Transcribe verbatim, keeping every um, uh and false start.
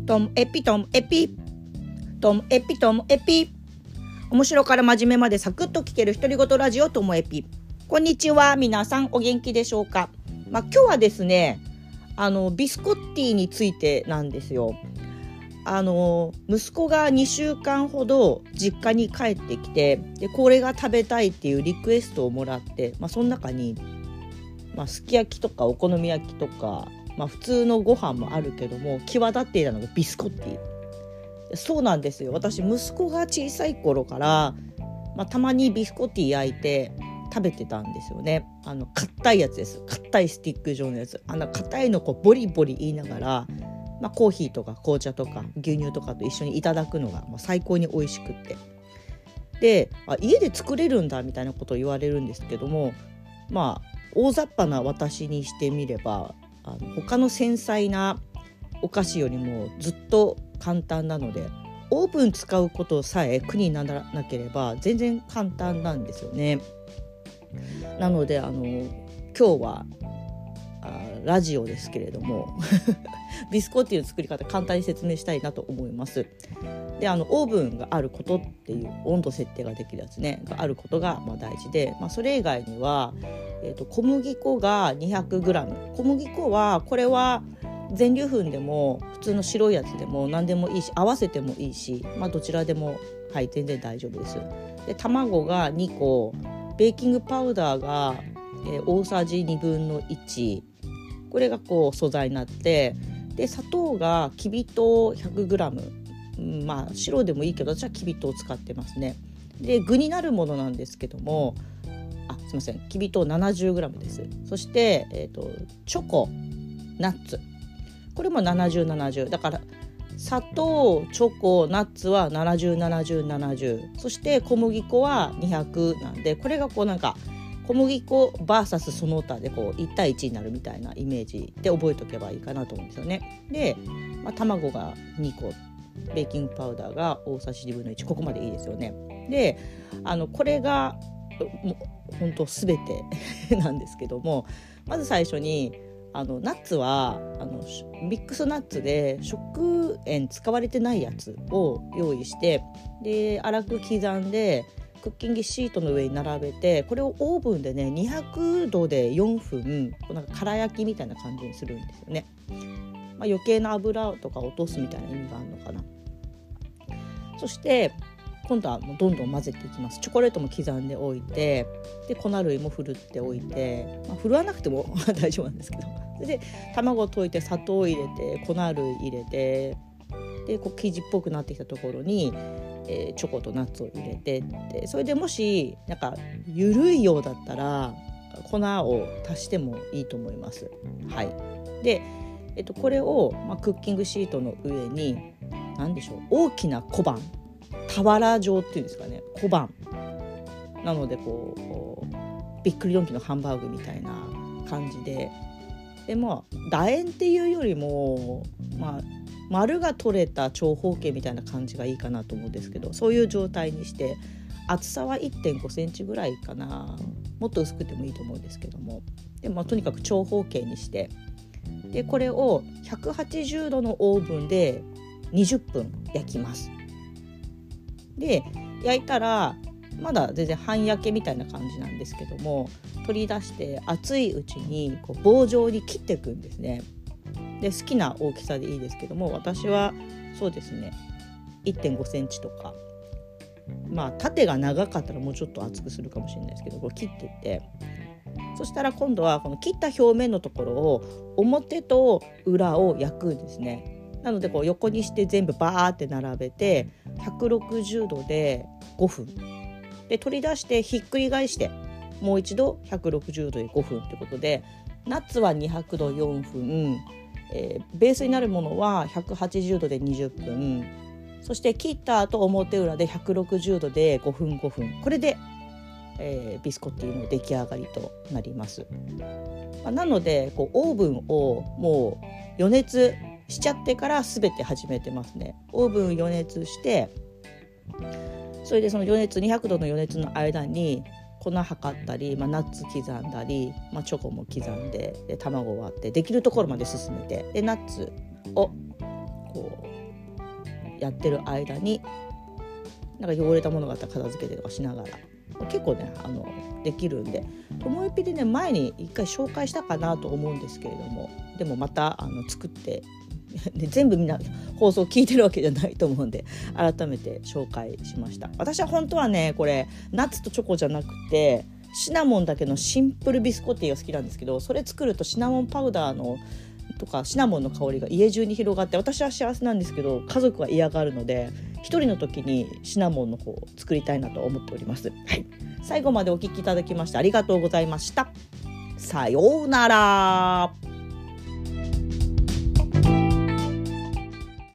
トムエピトムエピトムエピトムエピ面白から真面目までサクッと聞ける独り言ラジオトムエピ。こんにちは、皆さんお元気でしょうか。まあ、今日はですねあのビスコッティについてなんですよ。あの息子がにしゅうかんほど実家に帰ってきて、でこれが食べたいっていうリクエストをもらって、まあ、その中に、まあ、すき焼きとかお好み焼きとか、まあ、普通のご飯もあるけども際立っていたのがビスコッティ。そうなんですよ。私息子が小さい頃から、まあ、たまにビスコッティ焼いて食べてたんですよね。あの硬いやつです。硬いスティック状のやつ。あの硬いのこうボリボリ言いながら、まあ、コーヒーとか紅茶とか牛乳とかと一緒にいただくのがもう最高に美味しくって、であ家で作れるんだみたいなことを言われるんですけども、まあ大雑把な私にしてみればあの他の繊細なお菓子よりもずっと簡単なので、オーブン使うことさえ苦にならなければ全然簡単なんですよね。なのであの今日はあラジオですけれどもビスコッティの作り方簡単に説明したいなと思います。であのオーブンがあることっていう温度設定ができるやつねがあることがまあ大事で、まあ、それ以外には、えーと、小麦粉が にひゃくグラム。 小麦粉はこれは全粒粉でも普通の白いやつでも何でもいいし、合わせてもいいし、まあ、どちらでも、はい、全然大丈夫です。で卵がにこ、ベーキングパウダーが、えー、大さじにぶんのいち、これがこう素材になって、で砂糖がきび糖 ひゃくグラム、うん、まあ白でもいいけど私はきび糖を使ってますね。で具になるものなんですけども、あすいませんきび糖 ななじゅうグラム です。そして、えーと、チョコナッツ、これもななじゅう、ななじゅうだから砂糖チョコナッツはななじゅう、ななじゅう、ななじゅう、そして小麦粉はにひゃくなんで、これがこうなんか小麦粉 ブイエス その他でこういち対いちになるみたいなイメージで覚えておけばいいかなと思うんですよね。で、まあ、卵がにこ、ベーキングパウダーが大さじにぶんのいち、ここまでいいですよね。であのこれが本当すべてなんですけども、まず最初にあのナッツはあのミックスナッツで食塩使われてないやつを用意して、で粗く刻んでクッキングシートの上に並べて、これをオーブンでねにひゃくどでよんぷんなんか空焼きみたいな感じにするんですよね。まあ、余計な油とか落とすみたいな意味があるのかな。そして今度はもうどんどん混ぜていきます。チョコレートも刻んでおいて、で粉類もふるっておいて、まあ、ふるわなくても大丈夫なんですけど、で卵を溶いて砂糖を入れて粉類入れて、でこう生地っぽくなってきたところに、えー、チョコとナッツを入れてって、それでもしなんか緩いようだったら粉を足してもいいと思います。はい。で、えっと、これを、まあ、クッキングシートの上に何でしょう、大きな小判、俵状っていうんですかね、小判なのでこう、こうびっくりドンキーのハンバーグみたいな感じで、でも楕円っていうよりも、まあ、丸が取れた長方形みたいな感じがいいかなと思うんですけど、そういう状態にして、厚さは いってんごセンチぐらいかな、もっと薄くてもいいと思うんですけども、でもとにかく長方形にして、でこれをひゃくはちじゅうどのオーブンでにじゅっぷん焼きます。で焼いたらまだ全然半焼けみたいな感じなんですけども、取り出して熱いうちにこう棒状に切っていくんですね。で好きな大きさでいいですけども、私はそうですね いってんごセンチとか、まあ縦が長かったらもうちょっと厚くするかもしれないですけど、こう切っていって、そしたら今度はこの切った表面のところを表と裏を焼くんですね。なのでこう横にして全部バーって並べてひゃくろくじゅうどでごふんで、取り出してひっくり返してもう一度ひゃくろくじゅうどでごふんということで、ナッツはにひゃくどよんぷん、えー、ベースになるものはひゃくはちじゅうどでにじゅっぷん、そして切った後表裏でひゃくろくじゅうどでごふんごふん、これで、えー、ビスコッティの出来上がりとなります。まあ、なのでこうオーブンをもう予熱しちゃってから全て始めてますね。オーブン予熱して、それでその予熱にひゃくどの予熱の間に粉測ったり、まあ、ナッツ刻んだり、まあ、チョコも刻んで、で卵を割ってできるところまで進めて、でナッツをこやってる間になんか汚れたものがあったら片付けてとかしながら結構ねあのできるんで、ともえぴでね前に一回紹介したかなと思うんですけれども、でもまたあの作ってで全部みんな放送聞いてるわけじゃないと思うんで改めて紹介しました。私は本当はねこれナッツとチョコじゃなくてシナモンだけのシンプルビスコッティが好きなんですけど、それ作るとシナモンパウダーのとかシナモンの香りが家中に広がって私は幸せなんですけど家族は嫌がるので一人の時にシナモンの方を作りたいなと思っております。はい、最後までお聞きいただきましてありがとうございました。さようなら。